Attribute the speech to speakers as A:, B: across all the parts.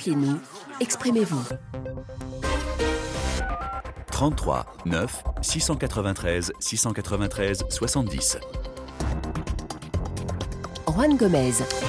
A: Appelez-nous, exprimez-vous.
B: 33 9 693 693 70.
A: Juan Gomez.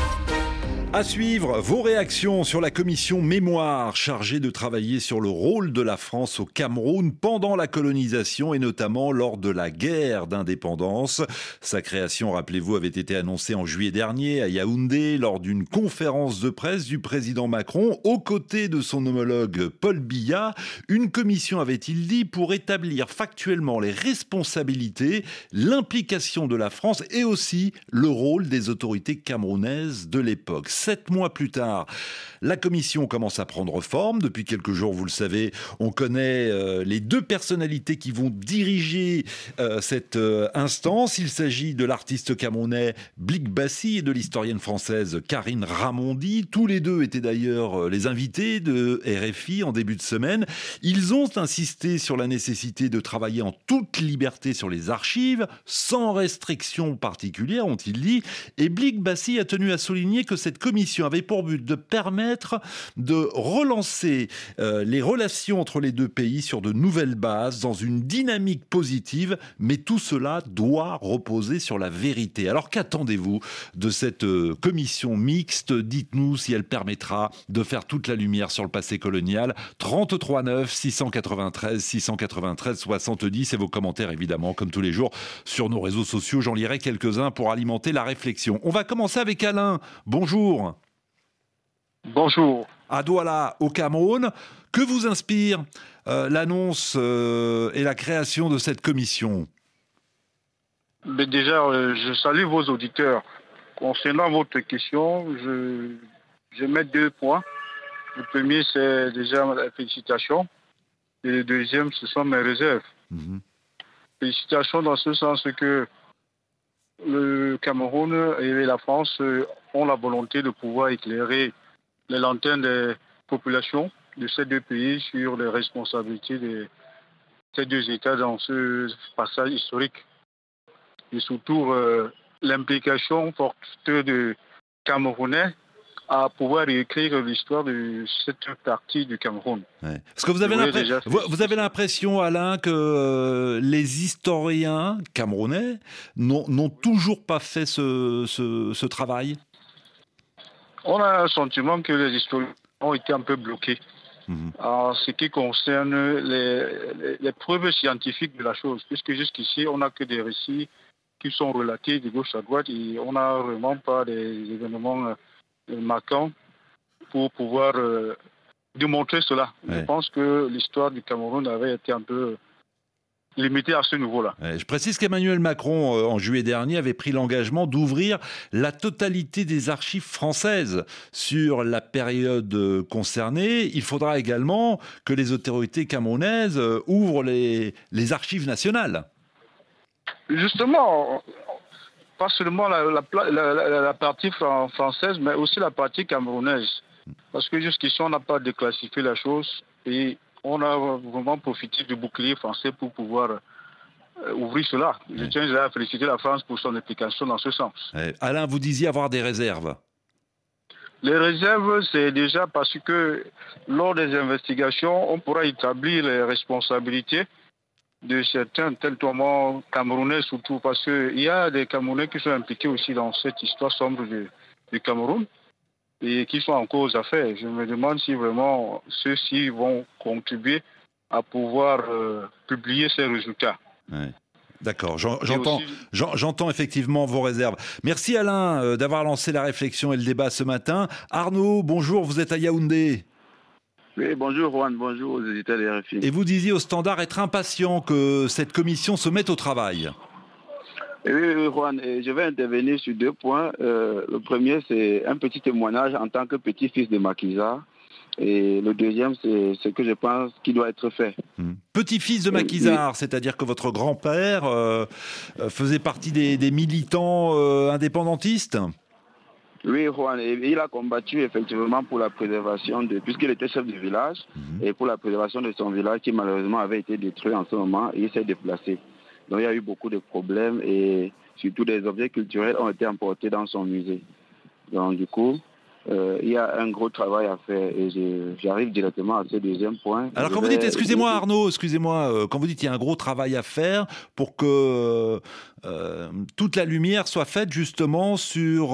C: À suivre, vos réactions sur la commission Mémoire chargée de travailler sur le rôle de la France au Cameroun pendant la colonisation et notamment lors de la guerre d'indépendance. Sa création, rappelez-vous, avait été annoncée en juillet dernier à Yaoundé lors d'une conférence de presse du président Macron aux côtés de son homologue Paul Biya. Une commission, avait-il dit, pour établir factuellement les responsabilités, l'implication de la France et aussi le rôle des autorités camerounaises de l'époque. 7 mois plus tard, la commission commence à prendre forme. Depuis quelques jours, vous le savez, on connaît les deux personnalités qui vont diriger cette instance. Il s'agit de l'artiste camerounais Blik Bassi et de l'historienne française Karine Ramondi. Tous les deux étaient d'ailleurs les invités de RFI en début de semaine. Ils ont insisté sur la nécessité de travailler en toute liberté sur les archives, sans restriction particulière, ont-ils dit. Et Blik Bassi a tenu à souligner que cette commission avait pour but de permettre de relancer les relations entre les deux pays sur de nouvelles bases, dans une dynamique positive, mais tout cela doit reposer sur la vérité. Alors qu'attendez-vous de cette commission mixte ? Dites-nous si elle permettra de faire toute la lumière sur le passé colonial. 33 9 693 693 70 et vos commentaires évidemment, comme tous les jours, sur nos réseaux sociaux. J'en lirai quelques-uns pour alimenter la réflexion. On va commencer avec Alain. Bonjour.
D: Bonjour.
C: À Douala, au Cameroun, que vous inspire l'annonce et la création de cette commission ?
D: Mais déjà, je salue vos auditeurs. Concernant votre question, je mets 2 points. Le premier, c'est déjà la félicitation. Et le deuxième, ce sont mes réserves. Félicitations dans ce sens que le Cameroun et la France ont la volonté de pouvoir éclairer les lanternes des populations de ces deux pays sur les responsabilités de ces deux États dans ce passage historique. Et surtout l'implication forte de Camerounais à pouvoir écrire l'histoire de cette partie du Cameroun.
C: Ouais. Parce que vous avez l'impression, Alain, que les historiens camerounais n'ont toujours pas fait ce travail ?
D: On a un sentiment que les historiens ont été un peu bloqués en ce qui concerne les preuves scientifiques de la chose, puisque jusqu'ici, on n'a que des récits qui sont relatés de gauche à droite et on n'a vraiment pas des événements marquants pour pouvoir démontrer cela. Ouais. Je pense que l'histoire du Cameroun avait été un peu limité à ce niveau-là.
C: Je précise qu'Emmanuel Macron, en juillet dernier, avait pris l'engagement d'ouvrir la totalité des archives françaises sur la période concernée. Il faudra également que les autorités camerounaises ouvrent les archives nationales.
D: Justement, pas seulement la partie française, mais aussi la partie camerounaise. Parce que jusqu'ici, on n'a pas déclassifié la chose et on a vraiment profité du bouclier français pour pouvoir ouvrir cela. Je tiens à féliciter la France pour son implication dans ce sens.
C: Alain, vous disiez avoir des réserves.
D: Les réserves, c'est déjà parce que lors des investigations, on pourra établir les responsabilités de certains territoires camerounais surtout, parce qu'il y a des Camerounais qui sont impliqués aussi dans cette histoire sombre du Cameroun et qui sont en cause à faire. Je me demande si vraiment ceux-ci vont contribuer à pouvoir publier ces résultats.
C: Ouais. D'accord, j'entends effectivement vos réserves. Merci Alain d'avoir lancé la réflexion et le débat ce matin. Arnaud, bonjour, vous êtes à Yaoundé.
E: Oui, bonjour Juan, bonjour aux éditeurs de RFI.
C: Et vous disiez au Standard être impatient que cette commission se mette au travail.
E: Oui, Juan, je vais intervenir sur 2 points. Le premier, c'est un petit témoignage en tant que petit-fils de Macky Sall. Et le deuxième, c'est ce que je pense qui doit être fait.
C: Petit-fils de Macky Sall, c'est-à-dire que votre grand-père faisait partie des militants indépendantistes ?
E: Oui, Juan, il a combattu effectivement pour la préservation puisqu'il était chef de village, et pour la préservation de son village qui malheureusement avait été détruit en ce moment, et il s'est déplacé. Donc il y a eu beaucoup de problèmes et surtout des objets culturels ont été emportés dans son musée. Donc du coup, il y a un gros travail à faire et j'arrive directement à ce deuxième point.
C: Alors quand vous dites, excusez-moi Arnaud, quand vous dites qu'il y a un gros travail à faire pour que toute la lumière soit faite justement sur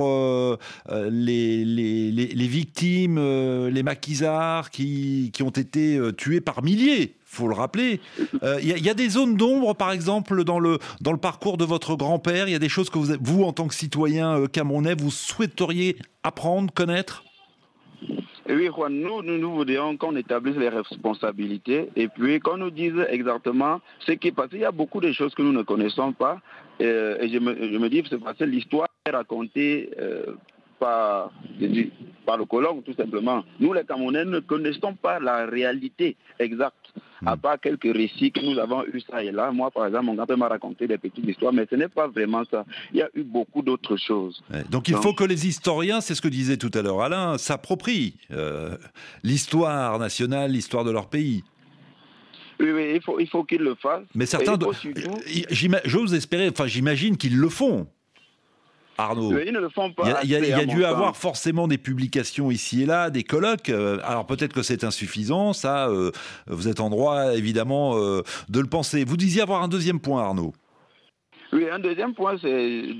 C: les victimes, les maquisards qui ont été tués par milliers. Faut le rappeler. Il y a des zones d'ombre, par exemple, dans le parcours de votre grand-père. Il y a des choses que vous en tant que citoyen camerounais, vous souhaiteriez apprendre, connaître.
E: Et oui, Juan, nous voudrions qu'on établisse les responsabilités et puis qu'on nous dise exactement ce qui est passé. Il y a beaucoup de choses que nous ne connaissons pas. Et je me dis que c'est parce que l'histoire est racontée par le colon, tout simplement. Nous, les Camerounais, ne connaissons pas la réalité exacte, à part quelques récits que nous avons eus ça et là. Moi, par exemple, mon grand-père m'a raconté des petites histoires, mais ce n'est pas vraiment ça. Il y a eu beaucoup d'autres choses.
C: Ouais, donc il faut que les historiens, c'est ce que disait tout à l'heure Alain, s'approprient l'histoire nationale, l'histoire de leur pays.
E: Oui, il faut qu'ils le fassent.
C: Mais certains, j'ose espérer, enfin j'imagine qu'ils le font. Arnaud.
E: Ils ne le font pas.
C: Il y a dû avoir forcément des publications ici et là, des colloques. Alors peut-être que c'est insuffisant, ça, vous êtes en droit évidemment de le penser. Vous disiez avoir un deuxième point, Arnaud.
E: Oui, un deuxième point, c'est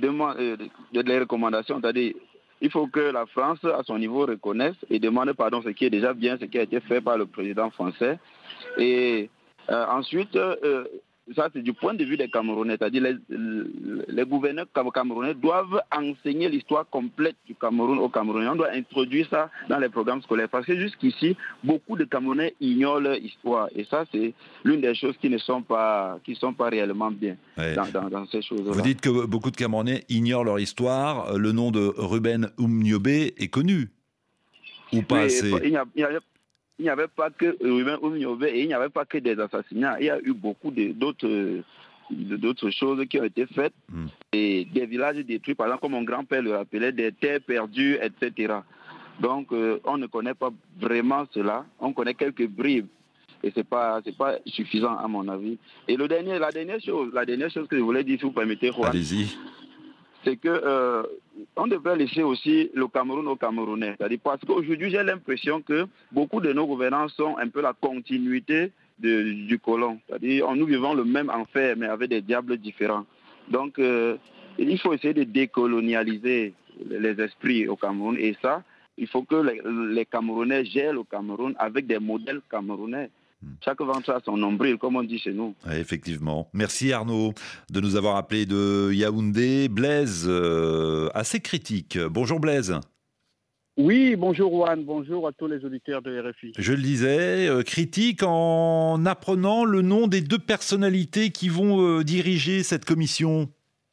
E: les recommandations. C'est-à-dire, il faut que la France, à son niveau, reconnaisse et demande pardon, ce qui est déjà bien, ce qui a été fait par le président français. Et ensuite, ça c'est du point de vue des Camerounais, c'est-à-dire les gouverneurs camerounais doivent enseigner l'histoire complète du Cameroun aux Camerounais. On doit introduire ça dans les programmes scolaires parce que jusqu'ici, beaucoup de Camerounais ignorent leur histoire et ça c'est l'une des choses qui ne sont pas réellement bien dans ces choses-là.
C: Vous dites que beaucoup de Camerounais ignorent leur histoire. Le nom de Ruben Oumniobé est connu ou pas assez?
E: Il n'y avait pas que Ruben Oumniobé et il n'y avait pas que des assassinats. Il y a eu beaucoup d'autres choses qui ont été faites et des villages détruits, par exemple, comme mon grand-père le rappelait, des terres perdues, etc. Donc, on ne connaît pas vraiment cela. On connaît quelques bribes et c'est pas suffisant à mon avis. Et la dernière chose que je voulais dire, si vous permettez, Juan,
C: allez-y.
E: C'est que on devrait laisser aussi le Cameroun aux Camerounais. C'est-à-dire parce qu'aujourd'hui, j'ai l'impression que beaucoup de nos gouvernants sont un peu la continuité du colon. C'est-à-dire nous vivons le même enfer, mais avec des diables différents. Donc, il faut essayer de décolonialiser les esprits au Cameroun. Et ça, il faut que les Camerounais gèrent le Cameroun avec des modèles camerounais. Chaque ventre a son nombril, comme on dit chez nous.
C: Ouais, effectivement. Merci Arnaud de nous avoir appelé de Yaoundé. Blaise, assez critique. Bonjour Blaise.
F: Oui, bonjour Juan, bonjour à tous les auditeurs de RFI.
C: Je le disais, critique en apprenant le nom des deux personnalités qui vont diriger cette commission.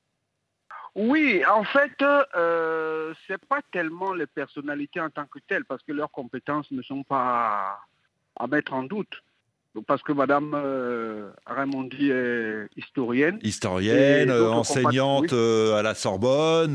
F: Oui, en fait, c'est pas tellement les personnalités en tant que telles, parce que leurs compétences ne sont pas à mettre en doute. Parce que Madame Raimondi est historienne.
C: Historienne, enseignante à la Sorbonne.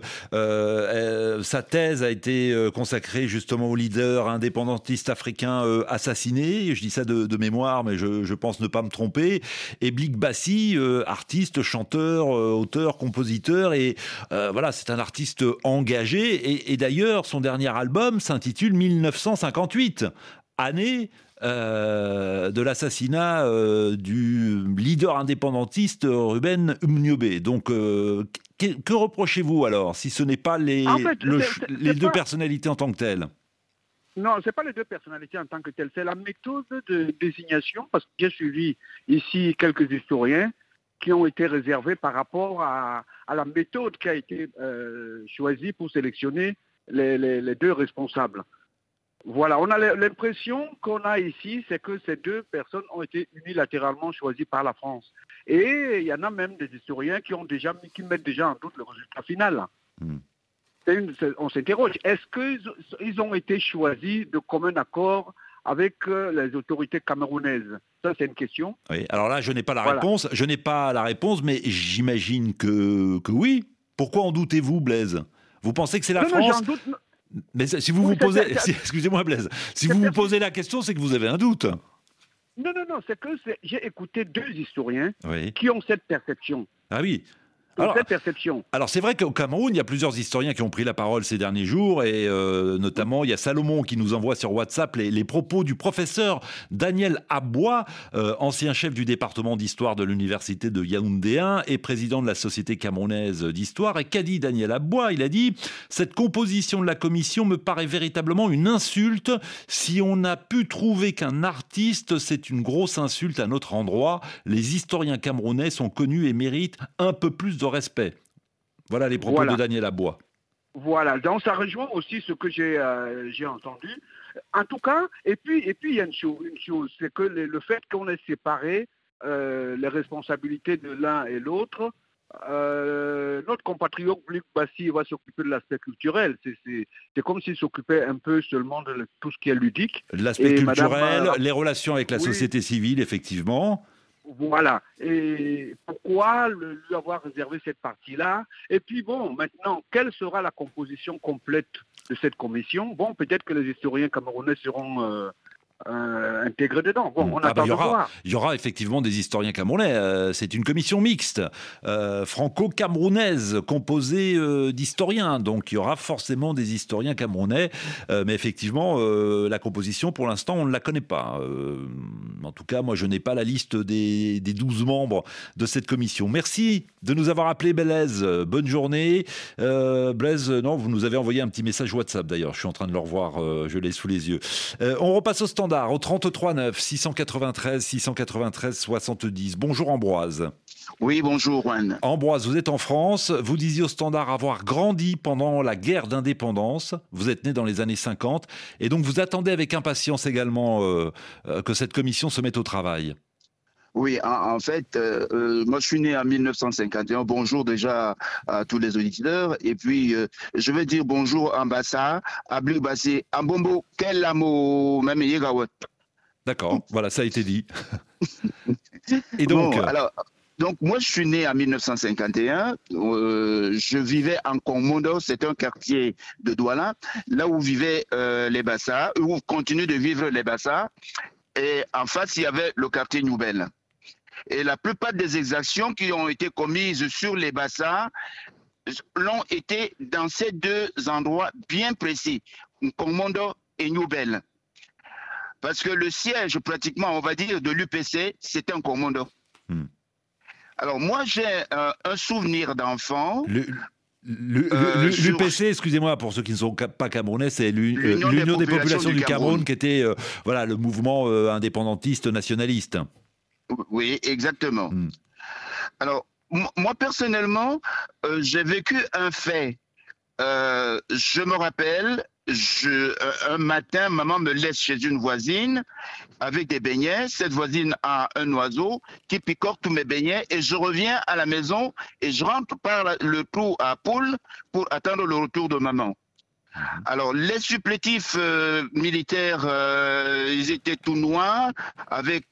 C: Sa thèse a été consacrée justement au leader indépendantiste africain assassiné. Je dis ça de mémoire, mais je pense ne pas me tromper. Et Blik Bassi, artiste, chanteur, auteur, compositeur. Et voilà, c'est un artiste engagé. Et d'ailleurs, son dernier album s'intitule 1958, année de l'assassinat du leader indépendantiste Ruben Oumniobé. Donc, que reprochez-vous alors, si ce n'est pas les deux personnalités en tant que telles?
F: Non, ce n'est pas les deux personnalités en tant que telles, c'est la méthode de désignation, parce que j'ai suivi ici quelques historiens qui ont été réservés par rapport à la méthode qui a été choisie pour sélectionner les deux responsables. Voilà, on a l'impression qu'on a ici, c'est que ces deux personnes ont été unilatéralement choisies par la France. Et il y en a même des historiens qui mettent déjà en doute le résultat final. On s'interroge, est-ce qu'ils ont été choisis de commun accord avec les autorités camerounaises? Ça, c'est une question.
C: Oui, alors là, je n'ai pas la réponse. Je n'ai pas la réponse, mais j'imagine que oui. Pourquoi en doutez-vous, Blaise? Vous pensez que c'est la France?
F: J'en doute.
C: Mais si vous vous posez, excusez-moi Blaise, si vous vous posez la question, c'est que vous avez un doute.
F: Non, c'est que j'ai écouté deux historiens qui ont cette perception.
C: Ah oui.
F: pour cette perception.
C: Alors c'est vrai qu'au Cameroun, il y a plusieurs historiens qui ont pris la parole ces derniers jours et notamment il y a Salomon qui nous envoie sur WhatsApp les propos du professeur Daniel Abbois, ancien chef du département d'histoire de l'université de Yaoundé 1 et président de la Société camerounaise d'histoire. Et qu'a dit Daniel Abbois? Il a dit « Cette composition de la commission me paraît véritablement une insulte. Si on a pu trouver qu'un artiste, c'est une grosse insulte à notre endroit. Les historiens camerounais sont connus et méritent un peu plus de respect. » Voilà les propos de Daniel Abbois.
F: Voilà, donc ça rejoint aussi ce que j'ai entendu. En tout cas, et puis il y a une chose, c'est que le fait qu'on ait séparé les responsabilités de l'un et l'autre, notre compatriote Luc Bassi va s'occuper de l'aspect culturel. C'est comme s'il s'occupait un peu seulement de tout ce qui est ludique.
C: L'aspect culturel, les relations avec la société civile, effectivement.
F: Voilà. Et pourquoi lui avoir réservé cette partie-là? Et puis bon, maintenant, quelle sera la composition complète de cette commission? Bon, peut-être que les historiens camerounais seront intégrés dedans. Bon, on attend de voir.
C: Il y aura effectivement des historiens camerounais. C'est une commission mixte, franco-camerounaise, composée d'historiens. Donc il y aura forcément des historiens camerounais. Mais effectivement, la composition, pour l'instant, on ne la connaît pas. En tout cas, moi, je n'ai pas la liste des 12 membres de cette commission. Merci de nous avoir appelés, Blaise. Bonne journée. Blaise, non, vous nous avez envoyé un petit message WhatsApp, d'ailleurs. Je suis en train de le revoir, je l'ai sous les yeux. On repasse au standard, au 33 9 693 70. Bonjour Ambroise.
G: Oui, bonjour Juan.
C: Ambroise, vous êtes en France. Vous disiez au standard avoir grandi pendant la guerre d'indépendance. Vous êtes né dans les années 50. Et donc vous attendez avec impatience également que cette commission se mette au travail.
G: Oui, en fait, moi je suis né en 1951. Bonjour déjà à tous les auditeurs. Et puis, je vais dire bonjour à Bassa, à Blue Bassé, à Bombo, quel amour, même Yegawat.
C: D'accord, voilà, ça a été dit. Et donc,
G: donc, moi, je suis né en 1951. Je vivais en Komodo, c'est un quartier de Douala, là où vivaient les Bassa, où continuent de vivre les Bassa. Et en face, il y avait le quartier Nouvelle. Et la plupart des exactions qui ont été commises sur les Bassa l'ont été dans ces deux endroits bien précis, Komodo et Nouvelle. Parce que le siège, pratiquement, on va dire, de l'UPC, c'était en Komodo. Alors, moi, j'ai un souvenir d'enfant.
C: L'UPC, excusez-moi, pour ceux qui ne sont pas camerounais, c'est l'Union des populations du Cameroun, qui était voilà, le mouvement indépendantiste nationaliste.
G: Oui, exactement. Alors, moi, personnellement, j'ai vécu un fait. Je me rappelle, un matin, maman me laisse chez une voisine avec des beignets. Cette voisine a un oiseau qui picore tous mes beignets et je reviens à la maison et je rentre par le trou à poule pour attendre le retour de maman. Alors, les supplétifs militaires, ils étaient tout noirs avec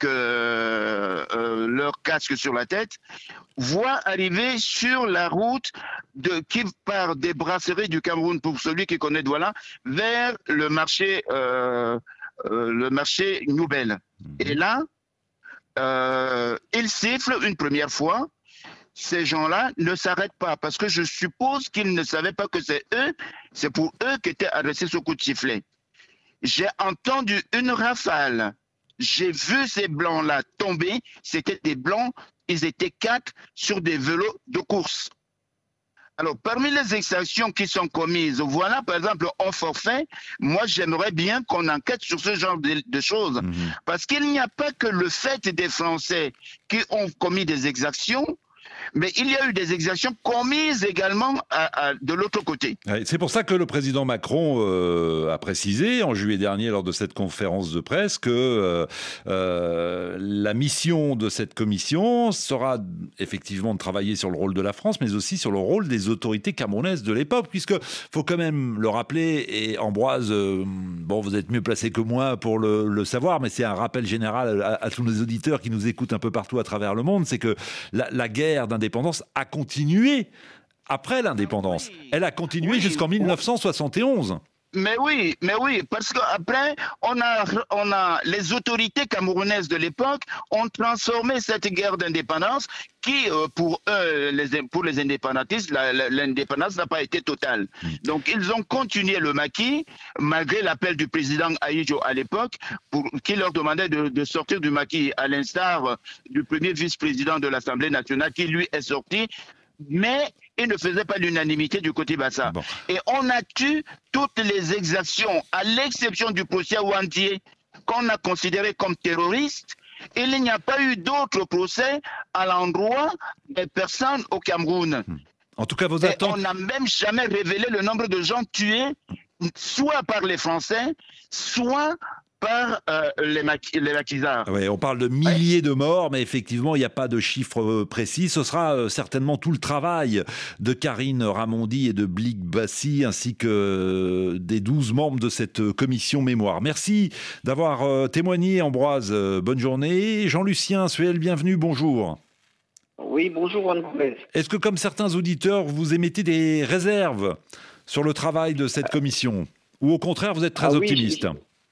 G: leur casque sur la tête. Voient arriver sur la route qui part des brasseries du Cameroun, pour celui qui connaît Douala, vers le marché Nouvelle. Et là, ils sifflent une première fois. Ces gens-là ne s'arrêtent pas parce que je suppose qu'ils ne savaient pas que c'est pour eux qu'était adressé ce coup de sifflet. J'ai entendu une rafale. J'ai vu ces blancs-là tomber. C'était des blancs, ils étaient 4 sur des vélos de course. Alors, parmi les exactions qui sont commises, voilà, par exemple, en forfait, moi, j'aimerais bien qu'on enquête sur ce genre de choses. Parce qu'il n'y a pas que le fait des Français qui ont commis des exactions, mais il y a eu des exactions commises également de l'autre côté.
C: C'est pour ça que le président Macron a précisé en juillet dernier lors de cette conférence de presse que la mission de cette commission sera effectivement de travailler sur le rôle de la France, mais aussi sur le rôle des autorités camerounaises de l'époque, puisque faut quand même le rappeler, et Ambroise, bon, vous êtes mieux placé que moi pour le savoir, mais c'est un rappel général à tous nos auditeurs qui nous écoutent un peu partout à travers le monde, c'est que la guerre d'indépendance a continué après l'indépendance. Elle a continué jusqu'en 1971.
G: Mais oui, parce qu'après, on a les autorités camerounaises de l'époque ont transformé cette guerre d'indépendance qui, pour les indépendantistes, l'indépendance n'a pas été totale. Donc, ils ont continué le maquis, malgré l'appel du président Ahidjo à l'époque, qui leur demandait de sortir du maquis, à l'instar du premier vice-président de l'Assemblée nationale, qui lui est sorti. Mais il ne faisait pas l'unanimité du côté Bassa. Bon. Et on a tué toutes les exactions, à l'exception du procès Ouandié, qu'on a considéré comme terroriste. Il n'y a pas eu d'autres procès à l'endroit des personnes au Cameroun.
C: En tout cas, vos attentes...
G: On n'a même jamais révélé le nombre de gens tués, soit par les Français, soit par les maquisards.
C: Oui, on parle de milliers de morts, mais effectivement, il n'y a pas de chiffre précis. Ce sera certainement tout le travail de Karine Ramondi et de Blik Bassi, ainsi que des 12 membres de cette commission mémoire. Merci d'avoir témoigné, Ambroise. Bonne journée. Jean-Lucien Suel, bienvenue, bonjour.
H: Oui, bonjour, Juan Gomez.
C: Est-ce que, comme certains auditeurs, vous émettez des réserves sur le travail de cette commission ? Ou au contraire, vous êtes très optimiste ?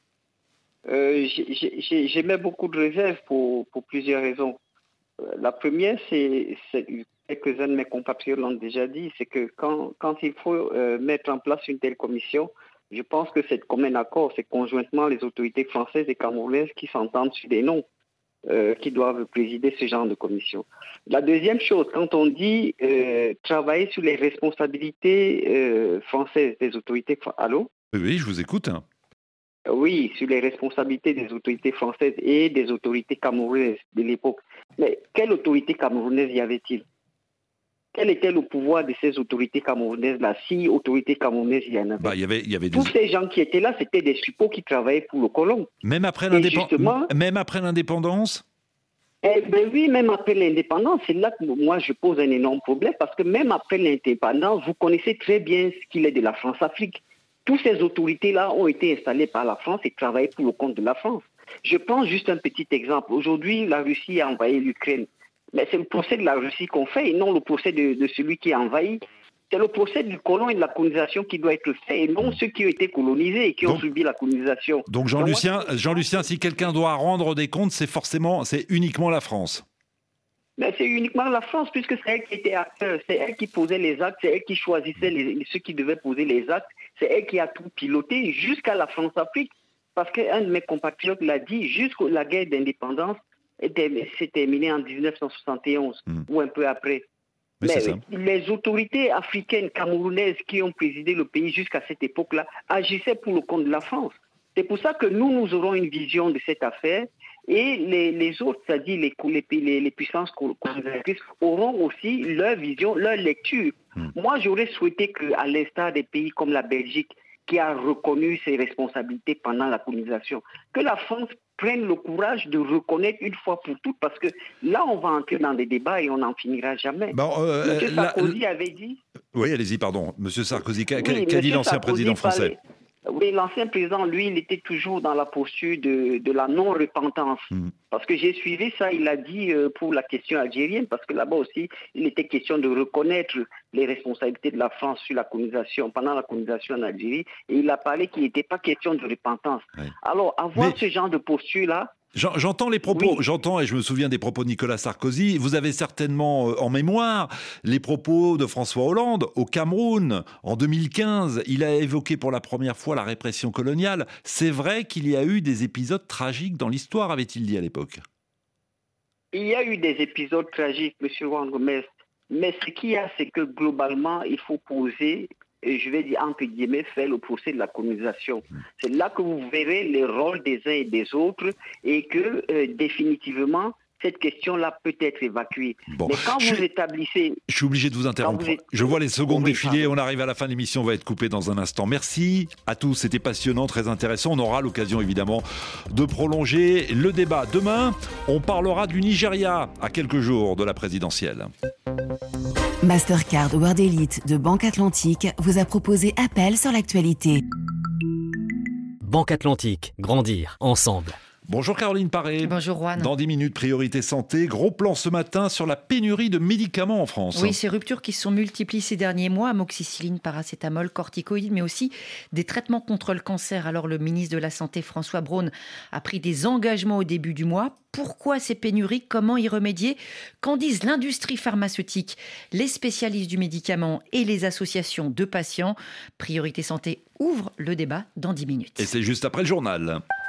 H: J'émets beaucoup de réserves pour plusieurs raisons. La première, c'est quelques-uns de mes compatriotes l'ont déjà dit, c'est que quand il faut mettre en place une telle commission, je pense que c'est de commun accord, c'est conjointement les autorités françaises et camerounaises qui s'entendent sur des noms qui doivent présider ce genre de commission. La deuxième chose, quand on dit travailler sur les responsabilités françaises des autorités... Allô ?
C: Oui, je vous écoute.
H: Oui, sur les responsabilités des autorités françaises et des autorités camerounaises de l'époque. Mais quelle autorité camerounaise y avait-il ? Quel était le pouvoir de ces autorités camerounaises-là, si autorités camerounaises il y en avait?
C: Il y avait
H: Tous ces gens qui étaient là, c'était des suppôts qui travaillaient pour le colon.
C: Même après l'indépendance
H: oui, même après l'indépendance, c'est là que moi je pose un énorme problème, parce que même après l'indépendance, vous connaissez très bien ce qu'il est de la France-Afrique. Toutes ces autorités-là ont été installées par la France et travaillaient pour le compte de la France. Je prends juste un petit exemple. Aujourd'hui, la Russie a envahi l'Ukraine. Mais c'est le procès de la Russie qu'on fait et non le procès de celui qui a envahi. C'est le procès du colon et de la colonisation qui doit être fait et non ceux qui ont été colonisés et qui ont subi la colonisation.
C: Donc Jean-Lucien, si quelqu'un doit rendre des comptes, c'est uniquement la France.
H: Mais c'est uniquement la France, puisque c'est elle qui était acteur, c'est elle qui posait les actes, c'est elle qui choisissait ceux qui devaient poser les actes, c'est elle qui a tout piloté jusqu'à la France-Afrique. Parce qu'un de mes compatriotes l'a dit, jusqu'à la guerre d'indépendance s'est terminée en 1971 ou un peu après. Mais les autorités africaines, camerounaises qui ont présidé le pays jusqu'à cette époque-là agissaient pour le compte de la France. C'est pour ça que nous aurons une vision de cette affaire. Et les autres, c'est-à-dire les puissances colonisatrices, auront aussi leur vision, leur lecture. Moi, j'aurais souhaité qu'à l'instar des pays comme la Belgique, qui a reconnu ses responsabilités pendant la colonisation, que la France prenne le courage de reconnaître une fois pour toutes, parce que là, on va entrer dans des débats et on n'en finira jamais. M. Sarkozy avait dit...
C: Oui, allez-y, pardon. M. Sarkozy, qu'a dit l'ancien président français ?
H: Oui, l'ancien président, lui, il était toujours dans la posture de la non-repentance. Parce que j'ai suivi ça, il a dit pour la question algérienne, parce que là-bas aussi, il était question de reconnaître les responsabilités de la France sur la colonisation, pendant la colonisation en Algérie, et il a parlé qu'il n'était pas question de repentance. Oui. Alors, avoir ce genre de posture-là...
C: J'entends les propos, et je me souviens des propos de Nicolas Sarkozy. Vous avez certainement en mémoire les propos de François Hollande au Cameroun en 2015. Il a évoqué pour la première fois la répression coloniale. C'est vrai qu'il y a eu des épisodes tragiques dans l'histoire, avait-il dit à l'époque.
H: Il y a eu des épisodes tragiques, M. Juan Gomez. Mais ce qu'il y a, c'est que globalement, il faut poser... Et je vais dire, entre guillemets, faire le procès de la colonisation. C'est là que vous verrez les rôles des uns et des autres et que, définitivement, cette question-là peut être évacuée. Bon. Mais quand vous établissez...
C: Je suis obligé de vous interrompre. Je vois les secondes défiler. On arrive à la fin de l'émission. On va être coupé dans un instant. Merci à tous. C'était passionnant, très intéressant. On aura l'occasion, évidemment, de prolonger le débat. Demain, on parlera du Nigeria à quelques jours de la présidentielle.
A: Mastercard World Elite de Banque Atlantique vous a proposé Appel sur l'actualité.
I: Banque Atlantique, grandir ensemble.
C: Bonjour Caroline Paré.
I: Bonjour Juan.
C: Dans 10 minutes, Priorité Santé, gros plan ce matin sur la pénurie de médicaments en France.
I: Oui, ces ruptures qui se sont multipliées ces derniers mois, amoxicilline, paracétamol, corticoïdes, mais aussi des traitements contre le cancer. Alors le ministre de la Santé, François Braun, a pris des engagements au début du mois. Pourquoi ces pénuries? Comment y remédier? Qu'en disent l'industrie pharmaceutique, les spécialistes du médicament et les associations de patients? Priorité Santé ouvre le débat dans 10 minutes.
C: Et c'est juste après le journal.